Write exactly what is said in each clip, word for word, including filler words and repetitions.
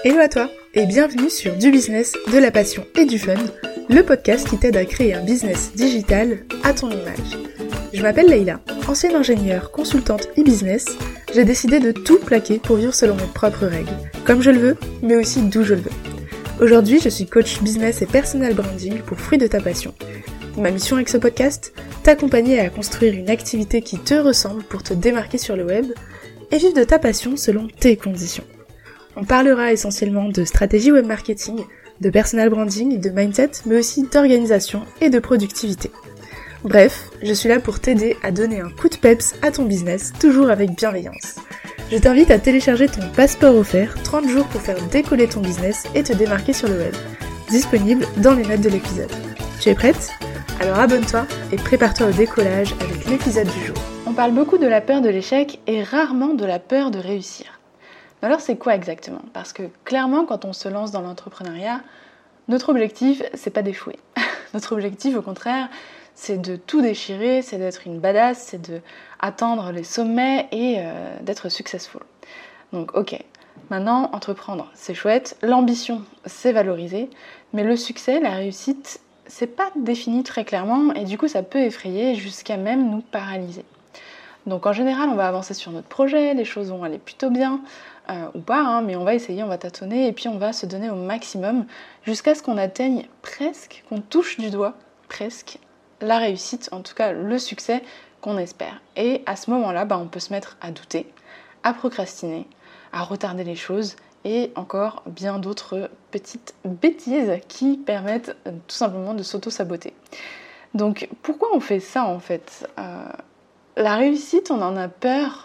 Hello à toi et bienvenue sur Du business, de la passion et du fun, le podcast qui t'aide à créer un business digital à ton image. Je m'appelle Leïla, ancienne ingénieure, consultante e-business. J'ai décidé de tout plaquer pour vivre selon mes propres règles, comme je le veux, mais aussi d'où je le veux. Aujourd'hui, je suis coach business et personal branding pour Fruit de ta passion. Ma mission avec ce podcast, t'accompagner à construire une activité qui te ressemble pour te démarquer sur le web et vivre de ta passion selon tes conditions. On parlera essentiellement de stratégie web marketing, de personal branding, de mindset, mais aussi d'organisation et de productivité. Bref, je suis là pour t'aider à donner un coup de peps à ton business, toujours avec bienveillance. Je t'invite à télécharger ton passeport offert, trente jours pour faire décoller ton business et te démarquer sur le web. Disponible dans les notes de l'épisode. Tu es prête ? Alors abonne-toi et prépare-toi au décollage avec l'épisode du jour. On parle beaucoup de la peur de l'échec et rarement de la peur de réussir. Mais alors c'est quoi exactement ? Parce que clairement quand on se lance dans l'entrepreneuriat, notre objectif c'est pas d'échouer. Notre objectif au contraire c'est de tout déchirer, c'est d'être une badass, c'est d'atteindre les sommets et euh, d'être successful. Donc ok, maintenant entreprendre c'est chouette, l'ambition c'est valorisé, mais le succès, la réussite, c'est pas défini très clairement et du coup ça peut effrayer jusqu'à même nous paralyser. Donc en général on va avancer sur notre projet, les choses vont aller plutôt bien, euh, ou pas, hein, mais on va essayer, on va tâtonner et puis on va se donner au maximum jusqu'à ce qu'on atteigne presque, qu'on touche du doigt, presque, la réussite, en tout cas le succès qu'on espère. Et à ce moment-là, bah, on peut se mettre à douter, à procrastiner, à retarder les choses et encore bien d'autres petites bêtises qui permettent euh, tout simplement de s'auto-saboter. Donc pourquoi on fait ça en fait ? euh, La réussite, on en a peur,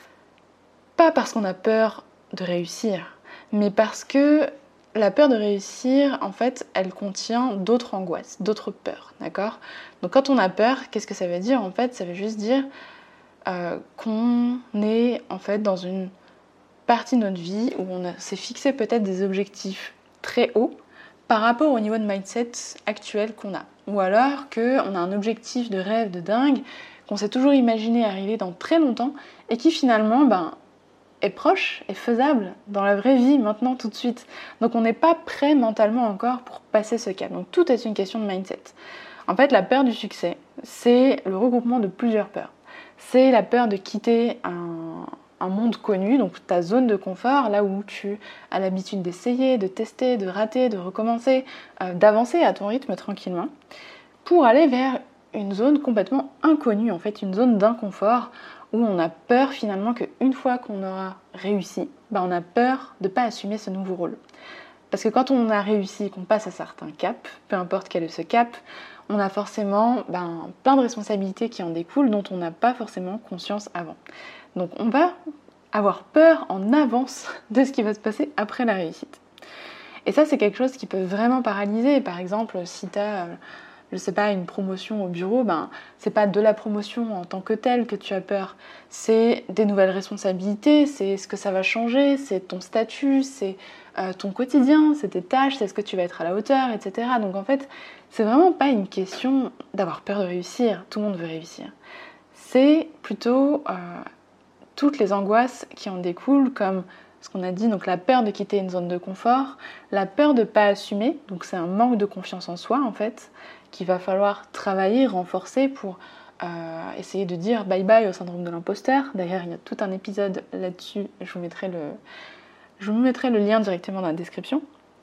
pas parce qu'on a peur de réussir, mais parce que la peur de réussir, en fait, elle contient d'autres angoisses, d'autres peurs, d'accord ? Donc quand on a peur, qu'est-ce que ça veut dire ? En fait, ça veut juste dire euh, qu'on est en fait dans une partie de notre vie où on a, s'est fixé peut-être des objectifs très hauts par rapport au niveau de mindset actuel qu'on a. Ou alors qu'on a un objectif de rêve de dingue qu'on s'est toujours imaginé arriver dans très longtemps et qui finalement ben, est proche, est faisable dans la vraie vie maintenant tout de suite. Donc on n'est pas prêt mentalement encore pour passer ce cap. Donc tout est une question de mindset. En fait, la peur du succès, c'est le regroupement de plusieurs peurs. C'est la peur de quitter un, un monde connu, donc ta zone de confort, là où tu as l'habitude d'essayer, de tester, de rater, de recommencer, euh, d'avancer à ton rythme tranquillement, pour aller vers une zone complètement inconnue, en fait, une zone d'inconfort où on a peur finalement qu'une fois qu'on aura réussi, ben on a peur de ne pas assumer ce nouveau rôle. Parce que quand on a réussi, qu'on passe à certains caps, peu importe quel est ce cap, on a forcément ben, plein de responsabilités qui en découlent dont on n'a pas forcément conscience avant. Donc on va avoir peur en avance de ce qui va se passer après la réussite. Et ça, c'est quelque chose qui peut vraiment paralyser. Par exemple, si tu as... je sais pas, une promotion au bureau, ben, c'est pas de la promotion en tant que telle que tu as peur, c'est des nouvelles responsabilités, c'est ce que ça va changer, c'est ton statut, c'est euh, ton quotidien, c'est tes tâches, c'est ce que tu vas être à la hauteur, et cetera. Donc en fait, c'est vraiment pas une question d'avoir peur de réussir, tout le monde veut réussir. C'est plutôt euh, toutes les angoisses qui en découlent, comme ce qu'on a dit, donc la peur de quitter une zone de confort, la peur de ne pas assumer, donc c'est un manque de confiance en soi en fait, qu'il va falloir travailler, renforcer pour euh, essayer de dire bye bye au syndrome de l'imposteur. D'ailleurs, il y a tout un épisode là-dessus, je vous mettrai le, je vous mettrai le lien directement dans la description.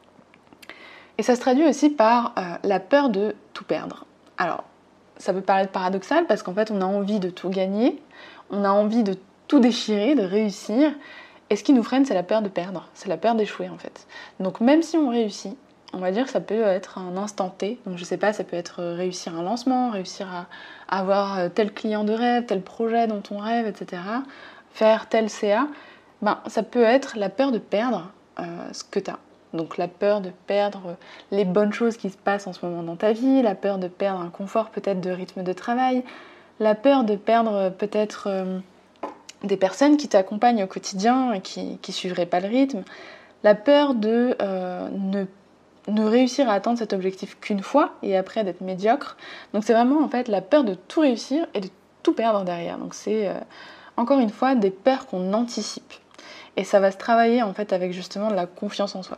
Et ça se traduit aussi par euh, la peur de tout perdre. Alors, ça peut paraître paradoxal parce qu'en fait, on a envie de tout gagner, on a envie de tout déchirer, de réussir, et ce qui nous freine, c'est la peur de perdre, c'est la peur d'échouer en fait. Donc même si on réussit, on va dire que ça peut être un instant T, donc je sais pas, ça peut être réussir un lancement, réussir à avoir tel client de rêve, tel projet dont on rêve, et cetera, faire tel C A, ben, ça peut être la peur de perdre euh, ce que tu as. Donc la peur de perdre les bonnes choses qui se passent en ce moment dans ta vie, la peur de perdre un confort peut-être de rythme de travail, la peur de perdre peut-être euh, des personnes qui t'accompagnent au quotidien et qui ne suivraient pas le rythme, la peur de euh, ne ne réussir à atteindre cet objectif qu'une fois et après d'être médiocre. Donc c'est vraiment en fait la peur de tout réussir et de tout perdre derrière. Donc c'est euh, encore une fois des peurs qu'on anticipe. Et ça va se travailler en fait avec justement de la confiance en soi.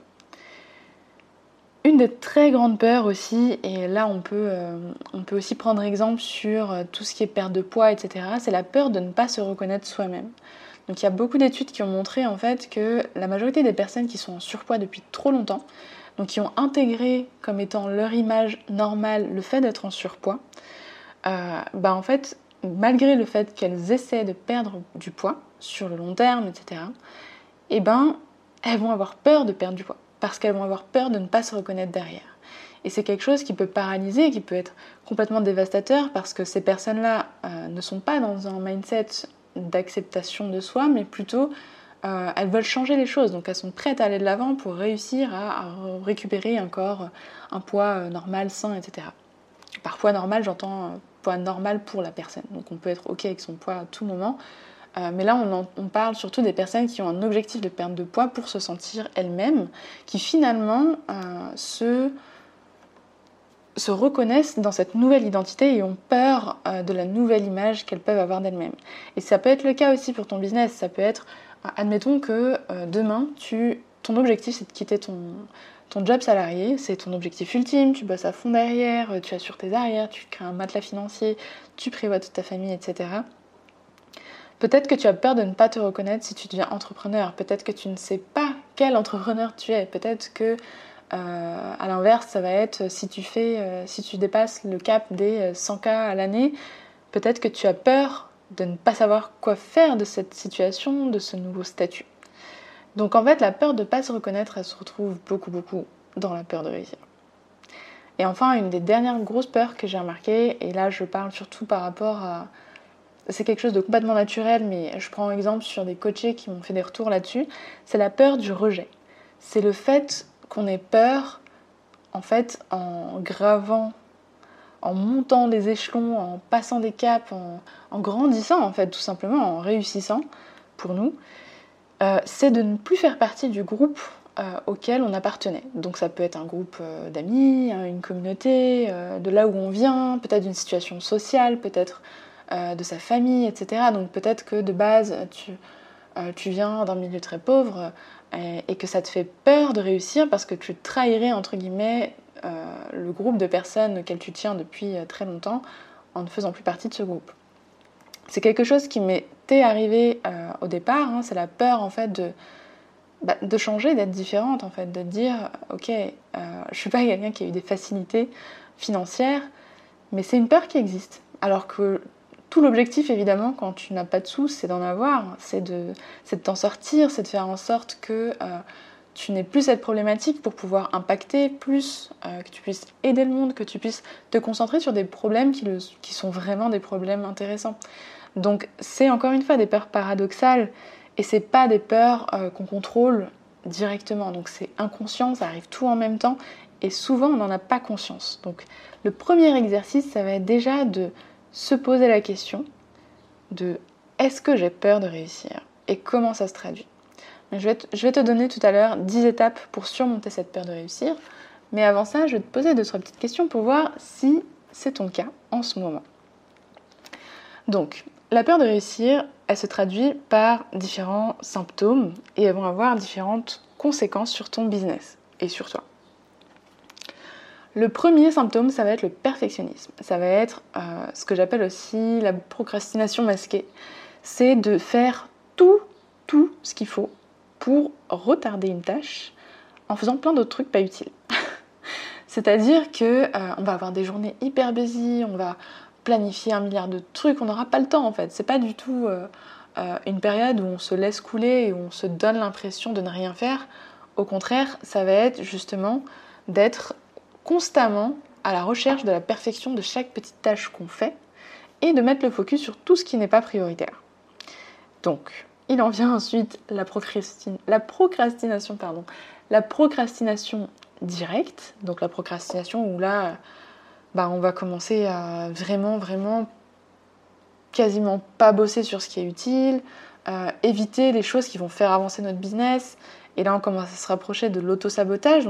Une des très grandes peurs aussi, et là on peut, euh, on peut aussi prendre exemple sur euh, tout ce qui est perte de poids, et cetera, c'est la peur de ne pas se reconnaître soi-même. Donc il y a beaucoup d'études qui ont montré en fait que la majorité des personnes qui sont en surpoids depuis trop longtemps, donc qui ont intégré comme étant leur image normale le fait d'être en surpoids, euh, bah en fait, malgré le fait qu'elles essaient de perdre du poids sur le long terme, et cetera, et ben elles vont avoir peur de perdre du poids. Parce qu'elles vont avoir peur de ne pas se reconnaître derrière. Et c'est quelque chose qui peut paralyser, qui peut être complètement dévastateur, parce que ces personnes-là euh, ne sont pas dans un mindset d'acceptation de soi, mais plutôt euh, elles veulent changer les choses, donc elles sont prêtes à aller de l'avant pour réussir à, à récupérer un corps, un poids euh, normal, sain, et cetera. Par poids normal, j'entends euh, poids normal pour la personne, donc on peut être ok avec son poids à tout moment. Euh, mais là, on, en, on parle surtout des personnes qui ont un objectif de perte de poids pour se sentir elles-mêmes, qui finalement euh, se, se reconnaissent dans cette nouvelle identité et ont peur euh, de la nouvelle image qu'elles peuvent avoir d'elles-mêmes. Et ça peut être le cas aussi pour ton business. Ça peut être, admettons que euh, demain, tu, ton objectif, c'est de quitter ton, ton job salarié, c'est ton objectif ultime, tu bosses à fond derrière, tu assures tes arrières, tu crées un matelas financier, tu prévois toute ta famille, et cetera. Peut-être que tu as peur de ne pas te reconnaître si tu deviens entrepreneur. Peut-être que tu ne sais pas quel entrepreneur tu es. Peut-être que, euh, à l'inverse, ça va être si tu fais, euh, si tu dépasses le cap des cent K à l'année, peut-être que tu as peur de ne pas savoir quoi faire de cette situation, de ce nouveau statut. Donc en fait, la peur de ne pas se reconnaître, elle se retrouve beaucoup, beaucoup dans la peur de réussir. Et enfin, une des dernières grosses peurs que j'ai remarquées, et là je parle surtout par rapport à... C'est quelque chose de complètement naturel, mais je prends exemple sur des coachés qui m'ont fait des retours là-dessus, c'est la peur du rejet. C'est le fait qu'on ait peur, en fait, en gravant, en montant des échelons, en passant des caps, en, en grandissant, en fait, tout simplement, en réussissant, pour nous, euh, c'est de ne plus faire partie du groupe euh, auquel on appartenait. Donc ça peut être un groupe euh, d'amis, une communauté, euh, de là où on vient, peut-être d'une situation sociale, peut-être... Euh, de sa famille, et cetera. Donc peut-être que de base, tu, euh, tu viens d'un milieu très pauvre euh, et que ça te fait peur de réussir parce que tu trahirais, entre guillemets, euh, le groupe de personnes auquel tu tiens depuis très longtemps en ne faisant plus partie de ce groupe. C'est quelque chose qui m'était arrivé euh, au départ, hein, c'est la peur en fait de, bah, de changer, d'être différente, en fait, de dire « Ok, euh, je suis pas quelqu'un qui a eu des facilités financières, mais c'est une peur qui existe. » Alors que tout l'objectif, évidemment, quand tu n'as pas de sous, c'est d'en avoir, c'est de, c'est de t'en sortir, c'est de faire en sorte que euh, tu n'aies plus cette problématique pour pouvoir impacter plus, euh, que tu puisses aider le monde, que tu puisses te concentrer sur des problèmes qui, le, qui sont vraiment des problèmes intéressants. Donc c'est encore une fois des peurs paradoxales et c'est pas des peurs euh, qu'on contrôle directement. Donc c'est inconscient, ça arrive tout en même temps et souvent on n'en a pas conscience. Donc le premier exercice, ça va être déjà de se poser la question de est-ce que j'ai peur de réussir et comment ça se traduit. Je vais, te, je vais te donner tout à l'heure dix étapes pour surmonter cette peur de réussir, mais avant ça, je vais te poser deux, trois petites questions pour voir si c'est ton cas en ce moment. Donc, la peur de réussir, elle se traduit par différents symptômes et elles vont avoir différentes conséquences sur ton business et sur toi. Le premier symptôme, ça va être le perfectionnisme. Ça va être euh, ce que j'appelle aussi la procrastination masquée. C'est de faire tout, tout ce qu'il faut pour retarder une tâche en faisant plein d'autres trucs pas utiles. C'est-à-dire qu'on euh, va avoir des journées hyper busy, on va planifier un milliard de trucs, on n'aura pas le temps en fait. C'est pas du tout euh, euh, une période où on se laisse couler et où on se donne l'impression de ne rien faire. Au contraire, ça va être justement d'être constamment à la recherche de la perfection de chaque petite tâche qu'on fait et de mettre le focus sur tout ce qui n'est pas prioritaire. Donc, il en vient ensuite la, procrastine... la procrastination, pardon, la procrastination directe, donc la procrastination où là, bah, on va commencer à vraiment, vraiment quasiment pas bosser sur ce qui est utile, euh, éviter les choses qui vont faire avancer notre business, et là on commence à se rapprocher de l'auto-sabotage, donc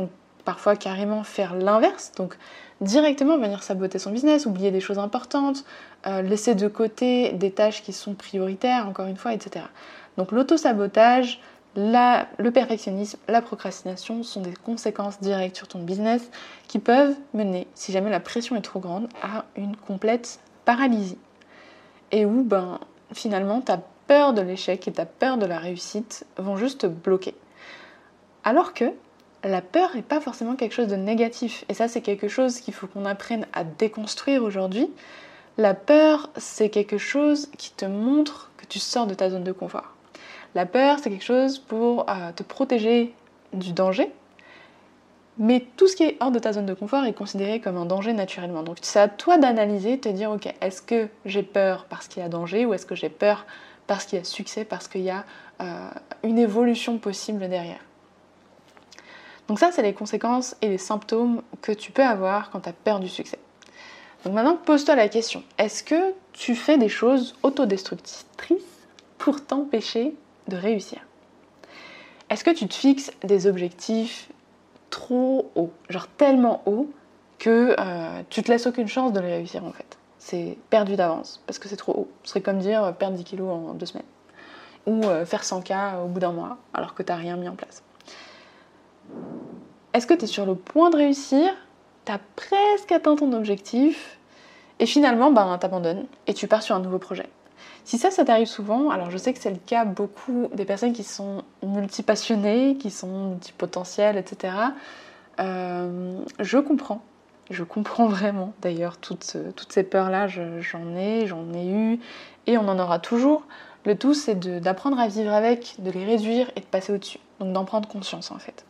parfois carrément faire l'inverse, donc directement venir saboter son business, oublier des choses importantes, euh, laisser de côté des tâches qui sont prioritaires, encore une fois, et cetera. Donc l'auto-sabotage, la, le perfectionnisme, la procrastination sont des conséquences directes sur ton business qui peuvent mener, si jamais la pression est trop grande, à une complète paralysie. Et où ben, finalement ta peur de l'échec et ta peur de la réussite vont juste te bloquer. Alors que la peur n'est pas forcément quelque chose de négatif. Et ça, c'est quelque chose qu'il faut qu'on apprenne à déconstruire aujourd'hui. La peur, c'est quelque chose qui te montre que tu sors de ta zone de confort. La peur, c'est quelque chose pour euh, te protéger du danger. Mais tout ce qui est hors de ta zone de confort est considéré comme un danger naturellement. Donc c'est à toi d'analyser, de te dire, ok, est-ce que j'ai peur parce qu'il y a danger ou est-ce que j'ai peur parce qu'il y a succès, parce qu'il y a euh, une évolution possible derrière. Donc ça, c'est les conséquences et les symptômes que tu peux avoir quand tu as peur du succès. Donc maintenant, pose-toi la question, est-ce que tu fais des choses autodestructrices pour t'empêcher de réussir ? Est-ce que tu te fixes des objectifs trop hauts, genre tellement hauts que euh, tu te laisses aucune chance de les réussir en fait ? C'est perdu d'avance parce que c'est trop haut. Ce serait comme dire euh, perdre dix kilos en deux semaines ou euh, faire cent K au bout d'un mois alors que tu n'as rien mis en place. Est-ce que tu es sur le point de réussir ? Tu as presque atteint ton objectif et finalement ben, tu abandonnes et tu pars sur un nouveau projet. Si ça, ça t'arrive souvent, alors je sais que c'est le cas beaucoup des personnes qui sont multipassionnées, qui sont multipotentielles, et cetera. Euh, je comprends, je comprends vraiment d'ailleurs toutes, toutes ces peurs-là, je, j'en ai, j'en ai eu et on en aura toujours. Le tout, c'est de, d'apprendre à vivre avec, de les réduire et de passer au-dessus, donc d'en prendre conscience en fait.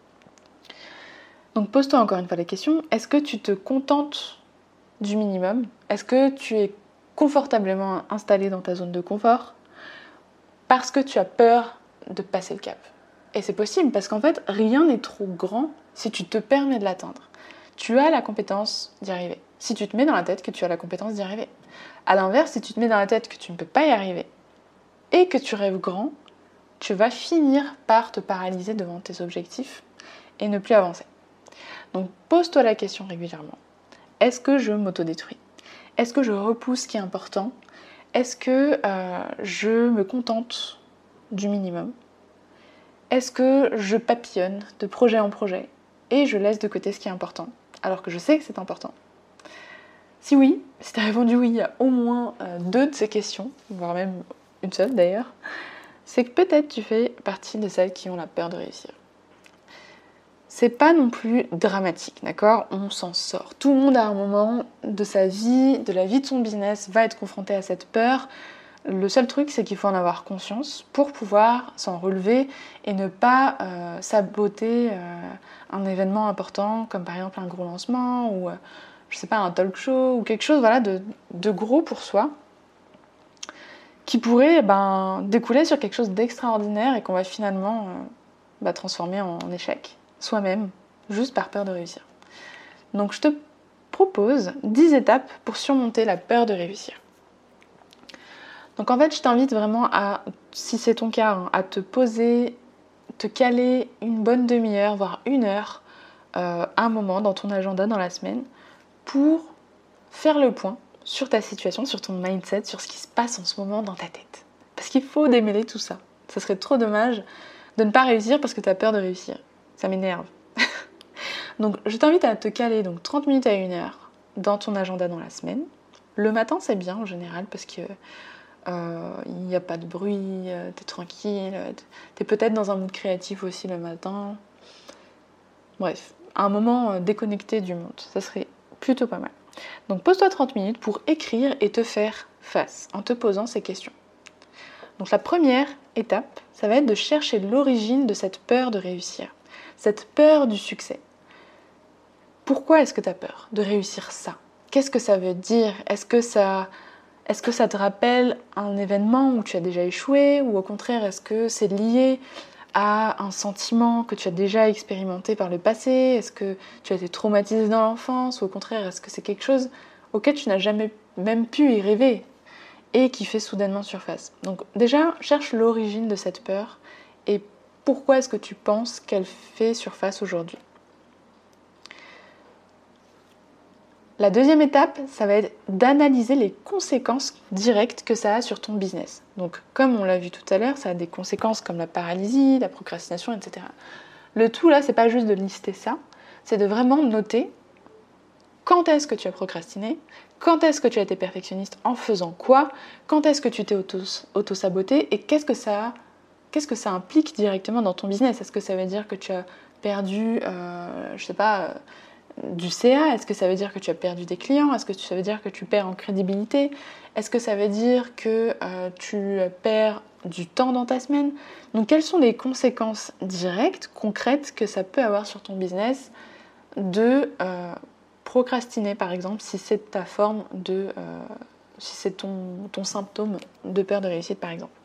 Donc pose-toi encore une fois la question, est-ce que tu te contentes du minimum ? Est-ce que tu es confortablement installé dans ta zone de confort parce que tu as peur de passer le cap ? Et c'est possible parce qu'en fait, rien n'est trop grand si tu te permets de l'atteindre. Tu as la compétence d'y arriver. Si tu te mets dans la tête que tu as la compétence d'y arriver. À l'inverse, si tu te mets dans la tête que tu ne peux pas y arriver et que tu rêves grand, tu vas finir par te paralyser devant tes objectifs et ne plus avancer. Donc pose-toi la question régulièrement. Est-ce que je m'autodétruis ? Est-ce que je repousse ce qui est important ? Est-ce que euh, je me contente du minimum ? Est-ce que je papillonne de projet en projet et je laisse de côté ce qui est important, alors que je sais que c'est important ? Si oui, si tu as répondu oui à au moins euh, deux de ces questions, voire même une seule d'ailleurs, c'est que peut-être tu fais partie de celles qui ont la peur de réussir. C'est pas non plus dramatique, d'accord ? On s'en sort. Tout le monde à un moment de sa vie, de la vie de son business, va être confronté à cette peur. Le seul truc, c'est qu'il faut en avoir conscience pour pouvoir s'en relever et ne pas euh, saboter euh, un événement important, comme par exemple un gros lancement ou, euh, je sais pas, un talk show ou quelque chose voilà, de, de gros pour soi, qui pourrait ben, découler sur quelque chose d'extraordinaire et qu'on va finalement euh, bah, transformer en, en échec. Soi-même, juste par peur de réussir. Donc je te propose dix étapes pour surmonter la peur de réussir. Donc en fait, je t'invite vraiment à, si c'est ton cas, hein, à te poser, te caler une bonne demi-heure, voire une heure, euh, un moment dans ton agenda dans la semaine, pour faire le point sur ta situation, sur ton mindset, sur ce qui se passe en ce moment dans ta tête. Parce qu'il faut démêler tout ça. Ça serait trop dommage de ne pas réussir parce que tu as peur de réussir. Ça m'énerve. Donc je t'invite à te caler donc trente minutes à une heure dans ton agenda dans la semaine. Le matin c'est bien en général parce que euh, il n'y a pas de bruit, euh, t'es tranquille, euh, t'es peut-être dans un mood créatif aussi le matin. Bref, un moment euh, déconnecté du monde, ça serait plutôt pas mal. Donc pose-toi trente minutes pour écrire et te faire face en te posant ces questions. Donc la première étape, ça va être de chercher l'origine de cette peur de réussir. Cette peur du succès. Pourquoi est-ce que tu as peur de réussir ça ? Qu'est-ce que ça veut dire ? Est-ce que ça, est-ce que ça te rappelle un événement où tu as déjà échoué ? Ou au contraire, est-ce que c'est lié à un sentiment que tu as déjà expérimenté par le passé ? Est-ce que tu as été traumatisé dans l'enfance ? Ou au contraire, est-ce que c'est quelque chose auquel tu n'as jamais même pu y rêver et qui fait soudainement surface ? Donc déjà, cherche l'origine de cette peur et pourquoi est-ce que tu penses qu'elle fait surface aujourd'hui ? La deuxième étape, ça va être d'analyser les conséquences directes que ça a sur ton business. Donc, comme on l'a vu tout à l'heure, ça a des conséquences comme la paralysie, la procrastination, et cetera. Le tout là, c'est pas juste de lister ça, c'est de vraiment noter quand est-ce que tu as procrastiné, quand est-ce que tu as été perfectionniste en faisant quoi, quand est-ce que tu t'es auto, auto-saboté et qu'est-ce que ça, qu'est-ce que ça implique directement dans ton business. Est-ce que ça veut dire que tu as perdu, euh, je sais pas, euh, du C A? Est-ce que ça veut dire que tu as perdu des clients? Est-ce que ça veut dire que tu perds en crédibilité? Est-ce que ça veut dire que euh, tu perds du temps dans ta semaine? Donc quelles sont les conséquences directes, concrètes que ça peut avoir sur ton business de euh, procrastiner par exemple, si c'est ta forme de... Euh, si c'est ton, ton symptôme de peur de réussite par exemple.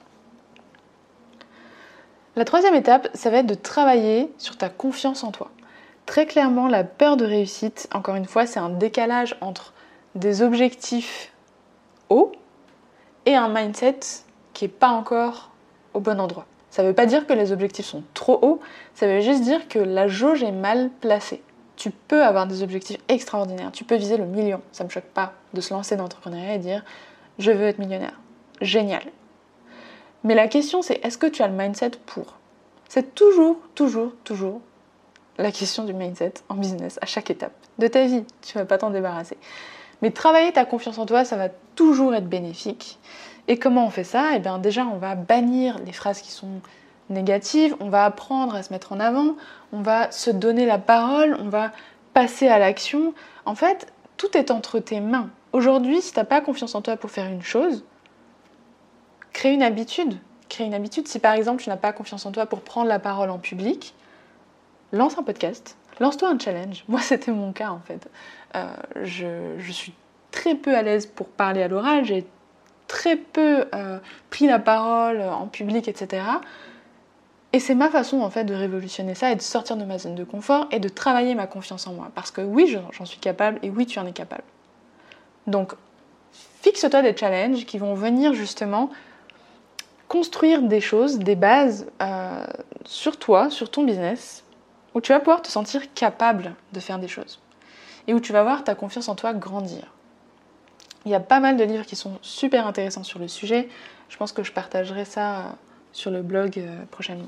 La troisième étape, ça va être de travailler sur ta confiance en toi. Très clairement, la peur de réussite, encore une fois, c'est un décalage entre des objectifs hauts et un mindset qui n'est pas encore au bon endroit. Ça ne veut pas dire que les objectifs sont trop hauts, ça veut juste dire que la jauge est mal placée. Tu peux avoir des objectifs extraordinaires, tu peux viser le million. Ça ne me choque pas de se lancer dans l'entrepreneuriat et dire « je veux être millionnaire ». Génial. Mais la question c'est est-ce que tu as le mindset pour ? C'est toujours, toujours, toujours la question du mindset en business à chaque étape de ta vie. Tu ne vas pas t'en débarrasser. Mais travailler ta confiance en toi, ça va toujours être bénéfique. Et comment on fait ça ? Eh bien déjà, on va bannir les phrases qui sont négatives, on va apprendre à se mettre en avant, on va se donner la parole, on va passer à l'action. En fait, tout est entre tes mains. Aujourd'hui, si tu n'as pas confiance en toi pour faire une chose, crée une habitude. Crée une habitude. Si par exemple, tu n'as pas confiance en toi pour prendre la parole en public, lance un podcast, lance-toi un challenge. Moi, c'était mon cas en fait. Euh, je, je suis très peu à l'aise pour parler à l'oral, j'ai très peu euh, pris la parole en public, et cetera. Et c'est ma façon en fait de révolutionner ça et de sortir de ma zone de confort et de travailler ma confiance en moi. Parce que oui, j'en suis capable et oui, tu en es capable. Donc, fixe-toi des challenges qui vont venir justement construire des choses, des bases euh, sur toi, sur ton business, où tu vas pouvoir te sentir capable de faire des choses et où tu vas voir ta confiance en toi grandir. Il y a pas mal de livres qui sont super intéressants sur le sujet. Je pense que je partagerai ça sur le blog prochainement.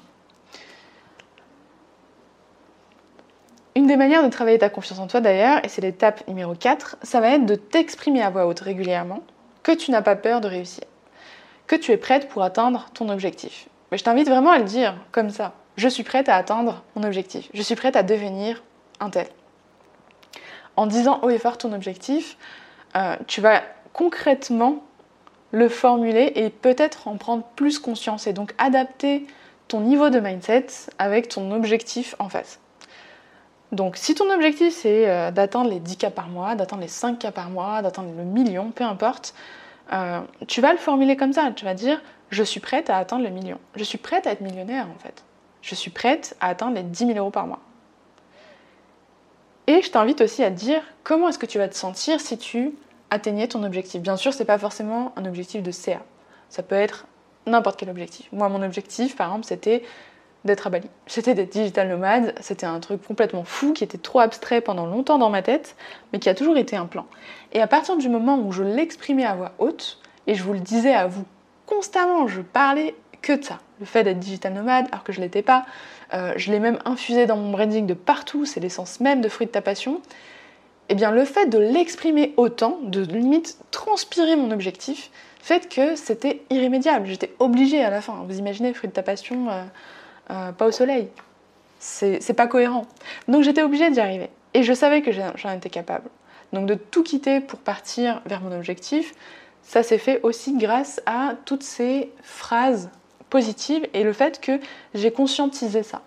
Une des manières de travailler ta confiance en toi d'ailleurs, et c'est l'étape numéro quatre, ça va être de t'exprimer à voix haute régulièrement que tu n'as pas peur de réussir, que tu es prête pour atteindre ton objectif. Mais je t'invite vraiment à le dire comme ça. Je suis prête à atteindre mon objectif. Je suis prête à devenir un tel. En disant haut et fort ton objectif, euh, tu vas concrètement le formuler et peut-être en prendre plus conscience et donc adapter ton niveau de mindset avec ton objectif en face. Donc si ton objectif c'est euh, d'atteindre les dix cas par mois, d'atteindre les cinq cas par mois, d'atteindre le million, peu importe, euh, tu vas le formuler comme ça. Tu vas dire « je suis prête à atteindre le million ». Je suis prête à être millionnaire en fait. Je suis prête à atteindre les dix mille euros par mois. Et je t'invite aussi à te dire comment est-ce que tu vas te sentir si tu atteignais ton objectif. Bien sûr, ce n'est pas forcément un objectif de C A. Ça peut être n'importe quel objectif. Moi, mon objectif, par exemple, c'était d'être à Bali. C'était d'être digital nomade. C'était un truc complètement fou qui était trop abstrait pendant longtemps dans ma tête, mais qui a toujours été un plan. Et à partir du moment où je l'exprimais à voix haute, et je vous le disais à vous constamment, je parlais que de ça. Le fait d'être digital nomade, alors que je ne l'étais pas. Euh, je l'ai même infusé dans mon branding de partout, c'est l'essence même de Fruit de ta passion. Et bien le fait de l'exprimer autant, de limite transpirer mon objectif, fait que c'était irrémédiable. J'étais obligée à la fin. Vous imaginez Fruit de ta passion, euh, euh, pas au soleil. C'est, c'est pas cohérent. Donc j'étais obligée d'y arriver. Et je savais que j'en étais capable. Donc de tout quitter pour partir vers mon objectif, ça s'est fait aussi grâce à toutes ces phrases positive et le fait que j'ai conscientisé ça.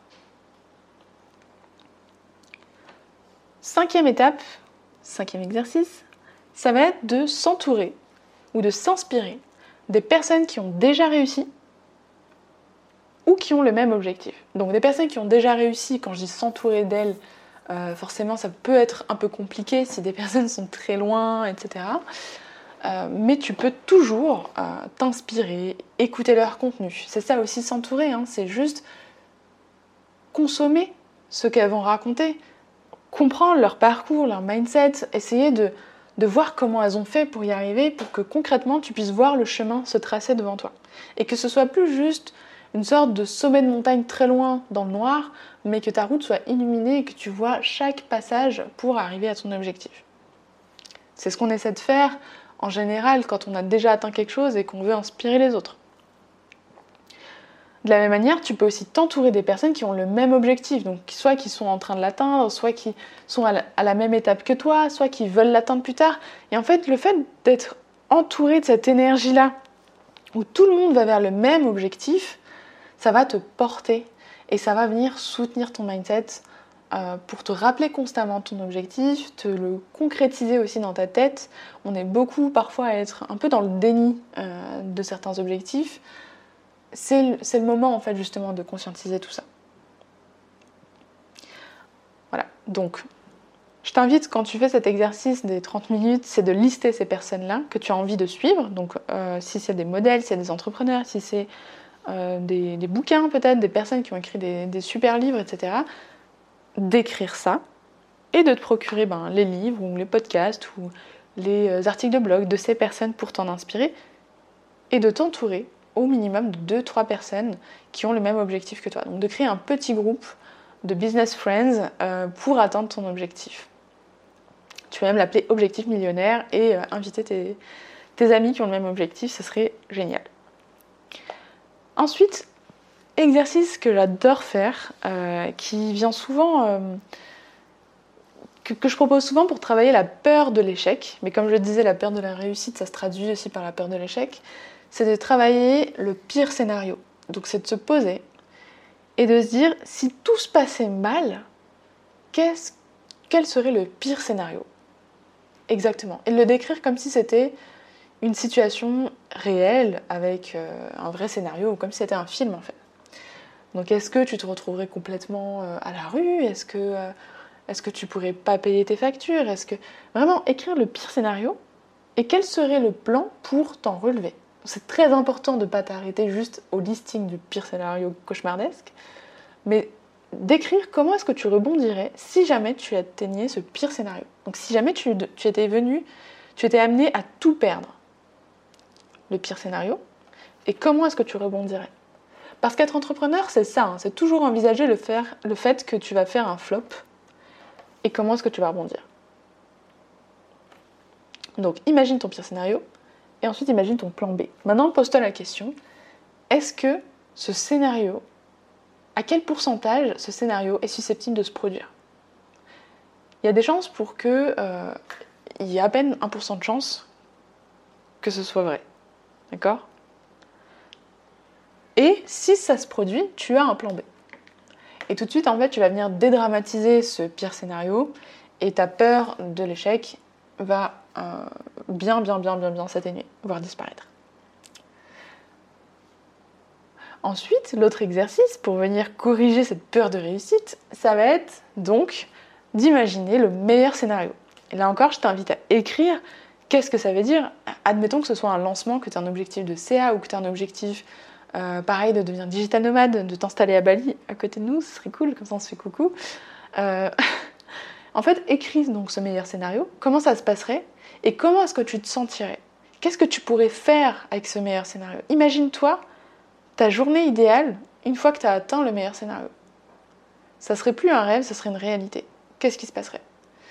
Cinquième étape, cinquième exercice, ça va être de s'entourer ou de s'inspirer des personnes qui ont déjà réussi ou qui ont le même objectif. Donc des personnes qui ont déjà réussi, quand je dis s'entourer d'elles, euh, forcément ça peut être un peu compliqué si des personnes sont très loin, et cetera. Euh, mais tu peux toujours euh, t'inspirer, écouter leur contenu. C'est ça aussi s'entourer, hein, c'est juste consommer ce qu'elles vont raconter, comprendre leur parcours, leur mindset, essayer de, de voir comment elles ont fait pour y arriver, pour que concrètement tu puisses voir le chemin se tracer devant toi. Et que ce soit plus juste une sorte de sommet de montagne très loin dans le noir, mais que ta route soit illuminée et que tu vois chaque passage pour arriver à ton objectif. C'est ce qu'on essaie de faire en général quand on a déjà atteint quelque chose et qu'on veut inspirer les autres. De la même manière, tu peux aussi t'entourer des personnes qui ont le même objectif, donc soit qui sont en train de l'atteindre, soit qui sont à la, à la même étape que toi, soit qui veulent l'atteindre plus tard. Et en fait, le fait d'être entouré de cette énergie-là, où tout le monde va vers le même objectif, ça va te porter et ça va venir soutenir ton mindset euh, pour te rappeler constamment ton objectif, te le concrétiser aussi dans ta tête. On est beaucoup parfois à être un peu dans le déni euh, de certains objectifs. C'est le, c'est le moment en fait justement de conscientiser tout ça. Voilà, donc je t'invite quand tu fais cet exercice des trente minutes, c'est de lister ces personnes-là que tu as envie de suivre. Donc euh, si c'est des modèles, si c'est des entrepreneurs, si c'est euh, des, des bouquins peut-être, des personnes qui ont écrit des, des super livres, et cetera. D'écrire ça et de te procurer ben, les livres ou les podcasts ou les articles de blog de ces personnes pour t'en inspirer et de t'entourer au minimum de deux trois personnes qui ont le même objectif que toi. Donc de créer un petit groupe de business friends euh, pour atteindre ton objectif. Tu peux même l'appeler objectif millionnaire et euh, inviter tes, tes amis qui ont le même objectif, ce serait génial. Ensuite, exercice que j'adore faire, euh, qui vient souvent, euh, que, que je propose souvent pour travailler la peur de l'échec, mais comme je le disais, la peur de la réussite, ça se traduit aussi par la peur de l'échec, c'est de travailler le pire scénario. Donc c'est de se poser et de se dire, si tout se passait mal, qu'est-ce, quel serait le pire scénario ? Exactement. Et de le décrire comme si c'était une situation réelle avec euh, un vrai scénario, ou comme si c'était un film en fait. Donc est-ce que tu te retrouverais complètement euh, à la rue ? Est-ce que, euh, est-ce que tu pourrais pas payer tes factures ? Est-ce que... Vraiment écrire le pire scénario et quel serait le plan pour t'en relever ? C'est très important de ne pas t'arrêter juste au listing du pire scénario cauchemardesque, mais d'écrire comment est-ce que tu rebondirais si jamais tu atteignais ce pire scénario. Donc si jamais tu, tu étais venu, tu étais amené à tout perdre, le pire scénario, et comment est-ce que tu rebondirais ? Parce qu'être entrepreneur, c'est ça, hein, c'est toujours envisager le, faire, le fait que tu vas faire un flop, et comment est-ce que tu vas rebondir. Donc imagine ton pire scénario, et ensuite imagine ton plan B. Maintenant, pose-toi la question, est-ce que ce scénario, à quel pourcentage ce scénario est susceptible de se produire ? Il y a des chances pour que euh, il y a à peine un pour cent de chance que ce soit vrai. D'accord ? Et si ça se produit, tu as un plan B. Et tout de suite, en fait, tu vas venir dédramatiser ce pire scénario et ta peur de l'échec va euh, bien, bien, bien, bien, bien s'atténuer, voire disparaître. Ensuite, l'autre exercice pour venir corriger cette peur de réussite, ça va être donc d'imaginer le meilleur scénario. Et là encore, je t'invite à écrire qu'est-ce que ça veut dire. Admettons que ce soit un lancement, que tu as un objectif de C A ou que tu as un objectif euh, pareil de devenir digital nomade, de t'installer à Bali à côté de nous, ce serait cool, comme ça on se fait coucou. Euh... en fait, écris donc ce meilleur scénario, comment ça se passerait et comment est-ce que tu te sentirais ? Qu'est-ce que tu pourrais faire avec ce meilleur scénario ? Imagine-toi ta journée idéale une fois que tu as atteint le meilleur scénario. Ça serait plus un rêve, ça serait une réalité. Qu'est-ce qui se passerait ?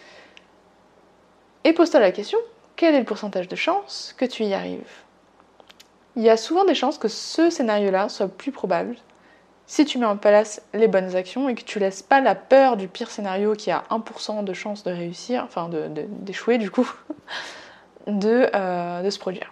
Et pose-toi la question, quel est le pourcentage de chances que tu y arrives ? Il y a souvent des chances que ce scénario-là soit plus probable si tu mets en place les bonnes actions et que tu laisses pas la peur du pire scénario qui a un pour cent de chances de réussir, enfin de, de, d'échouer du coup, de, euh, de se produire.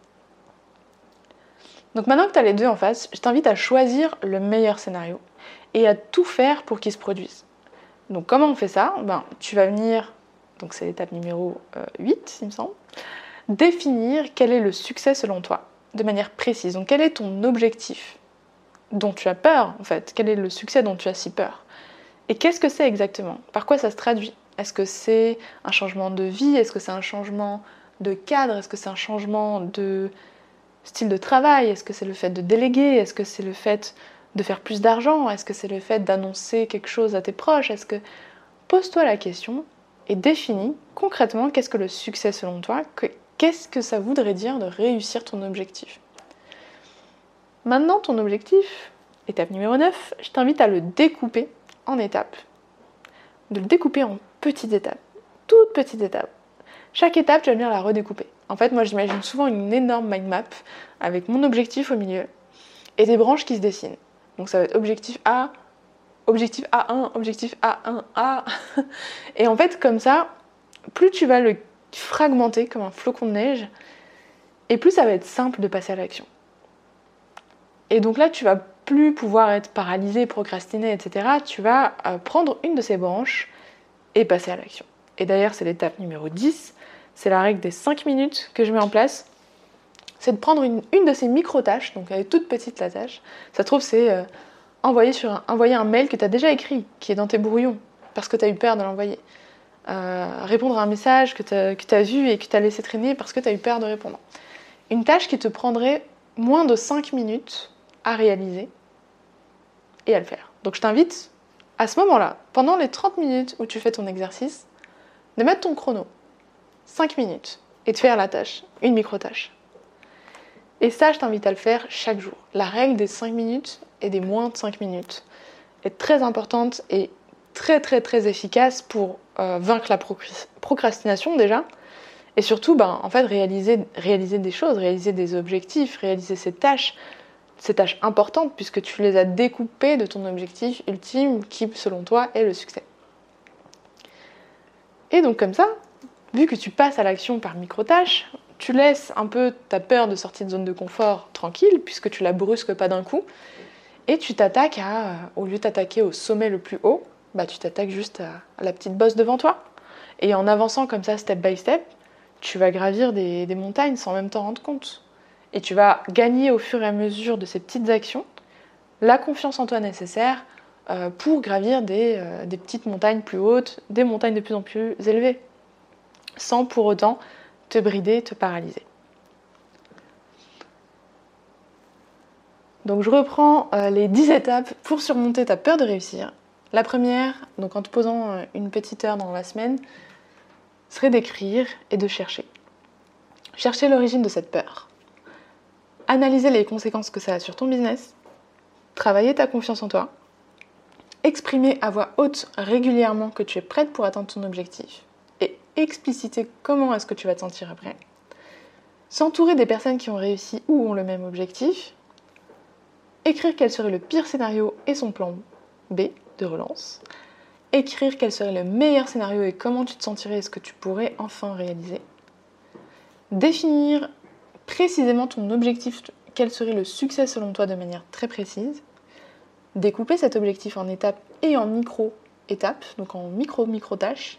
Donc maintenant que tu as les deux en face, je t'invite à choisir le meilleur scénario et à tout faire pour qu'il se produise. Donc comment on fait ça ? Ben, tu vas venir, donc c'est l'étape numéro euh, huit il me semble, définir quel est le succès selon toi, de manière précise. Donc quel est ton objectif dont tu as peur en fait ? Quel est le succès dont tu as si peur ? Et qu'est-ce que c'est exactement ? Par quoi ça se traduit ? Est-ce que c'est un changement de vie ? Est-ce que c'est un changement de cadre ? Est-ce que c'est un changement de style de travail ? Est-ce que c'est le fait de déléguer ? Est-ce que c'est le fait de faire plus d'argent ? Est-ce que c'est le fait d'annoncer quelque chose à tes proches ? Est-ce que... Pose-toi la question, et définis concrètement qu'est-ce que le succès selon toi, que, qu'est-ce que ça voudrait dire de réussir ton objectif. Maintenant, ton objectif, étape numéro neuf, je t'invite à le découper en étapes. De le découper en petites étapes, toutes petites étapes. Chaque étape, tu vas venir la redécouper. En fait, moi, j'imagine souvent une énorme mind map avec mon objectif au milieu et des branches qui se dessinent. Donc ça va être objectif A, objectif A un, objectif A un A. Et en fait, comme ça, plus tu vas le fragmenter comme un flocon de neige, et plus ça va être simple de passer à l'action. Et donc là, tu vas plus pouvoir être paralysé, procrastiner, et cetera. Tu vas prendre une de ces branches et passer à l'action. Et d'ailleurs, c'est l'étape numéro dix, c'est la règle des cinq minutes que je mets en place. C'est de prendre une, une de ces micro-tâches, donc elle est toute petite la tâche. Ça se trouve, c'est euh, envoyer, sur un, envoyer un mail que tu as déjà écrit, qui est dans tes brouillons, parce que tu as eu peur de l'envoyer. Euh, répondre à un message que tu as vu et que tu as laissé traîner parce que tu as eu peur de répondre. Une tâche qui te prendrait moins de cinq minutes à réaliser et à le faire. Donc je t'invite, à ce moment-là, pendant les trente minutes où tu fais ton exercice, de mettre ton chrono, cinq minutes, et de faire la tâche, une micro-tâche. Et ça, je t'invite à le faire chaque jour. La règle des cinq minutes et des moins de cinq minutes est très importante et très très très efficace pour euh, vaincre la procrastination déjà, et surtout ben, en fait, réaliser, réaliser des choses, réaliser des objectifs, réaliser ces tâches, ces tâches importantes puisque tu les as découpées de ton objectif ultime qui, selon toi, est le succès. Et donc comme ça, vu que tu passes à l'action par micro-tâches, tu laisses un peu ta peur de sortir de zone de confort tranquille puisque tu la brusques pas d'un coup, et tu t'attaques à, au lieu de t'attaquer au sommet le plus haut, bah tu t'attaques juste à, à la petite bosse devant toi. Et en avançant comme ça, step by step, tu vas gravir des, des montagnes sans même t'en rendre compte. Et tu vas gagner au fur et à mesure de ces petites actions la confiance en toi nécessaire euh, pour gravir des, euh, des petites montagnes plus hautes, des montagnes de plus en plus élevées, sans pour autant te brider, te paralyser. Donc je reprends euh, les dix étapes pour surmonter ta peur de réussir. La première, donc en te posant euh, une petite heure dans la semaine, serait d'écrire et de chercher. Chercher l'origine de cette peur. Analyser les conséquences que ça a sur ton business. Travailler ta confiance en toi. Exprimer à voix haute régulièrement que tu es prête pour atteindre ton objectif. Et expliciter comment est-ce que tu vas te sentir après. S'entourer des personnes qui ont réussi ou ont le même objectif. Écrire quel serait le pire scénario et son plan B de relance. Écrire quel serait le meilleur scénario et comment tu te sentirais et ce que tu pourrais enfin réaliser. Définir précisément ton objectif, quel serait le succès selon toi de manière très précise. Découper cet objectif en étapes et en micro-étapes, donc en micro-micro-tâches.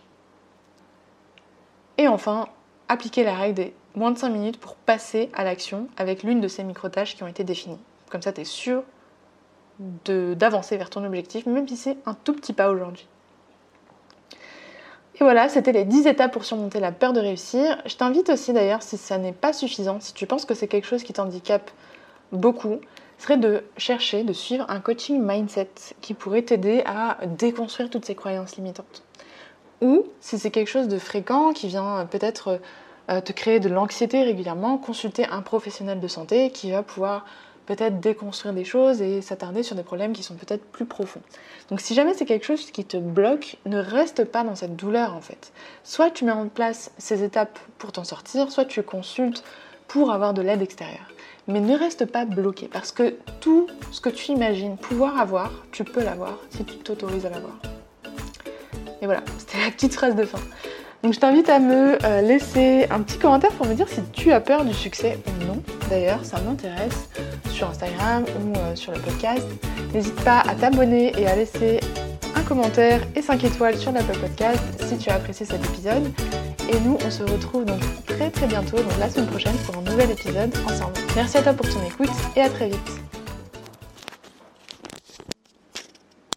Et enfin, appliquer la règle des moins de cinq minutes pour passer à l'action avec l'une de ces micro-tâches qui ont été définies. Comme ça, tu es sûr de, d'avancer vers ton objectif, même si c'est un tout petit pas aujourd'hui. Et voilà, c'était les dix étapes pour surmonter la peur de réussir. Je t'invite aussi d'ailleurs, si ça n'est pas suffisant, si tu penses que c'est quelque chose qui t'handicape beaucoup, serait de chercher, de suivre un coaching mindset qui pourrait t'aider à déconstruire toutes ces croyances limitantes. Ou, si c'est quelque chose de fréquent qui vient peut-être euh, te créer de l'anxiété régulièrement, consulter un professionnel de santé qui va pouvoir peut-être déconstruire des choses et s'attarder sur des problèmes qui sont peut-être plus profonds. Donc si jamais c'est quelque chose qui te bloque, ne reste pas dans cette douleur en fait. Soit tu mets en place ces étapes pour t'en sortir, soit tu consultes pour avoir de l'aide extérieure. Mais ne reste pas bloqué parce que tout ce que tu imagines pouvoir avoir, tu peux l'avoir si tu t'autorises à l'avoir. Et voilà, c'était la petite phrase de fin. Donc je t'invite à me euh, laisser un petit commentaire pour me dire si tu as peur du succès ou non. D'ailleurs, ça m'intéresse sur Instagram ou euh, sur le podcast. N'hésite pas à t'abonner et à laisser un commentaire et cinq étoiles sur l'Apple Podcast si tu as apprécié cet épisode. Et nous, on se retrouve donc très très bientôt, donc la semaine prochaine, pour un nouvel épisode ensemble. Merci à toi pour ton écoute et à très vite.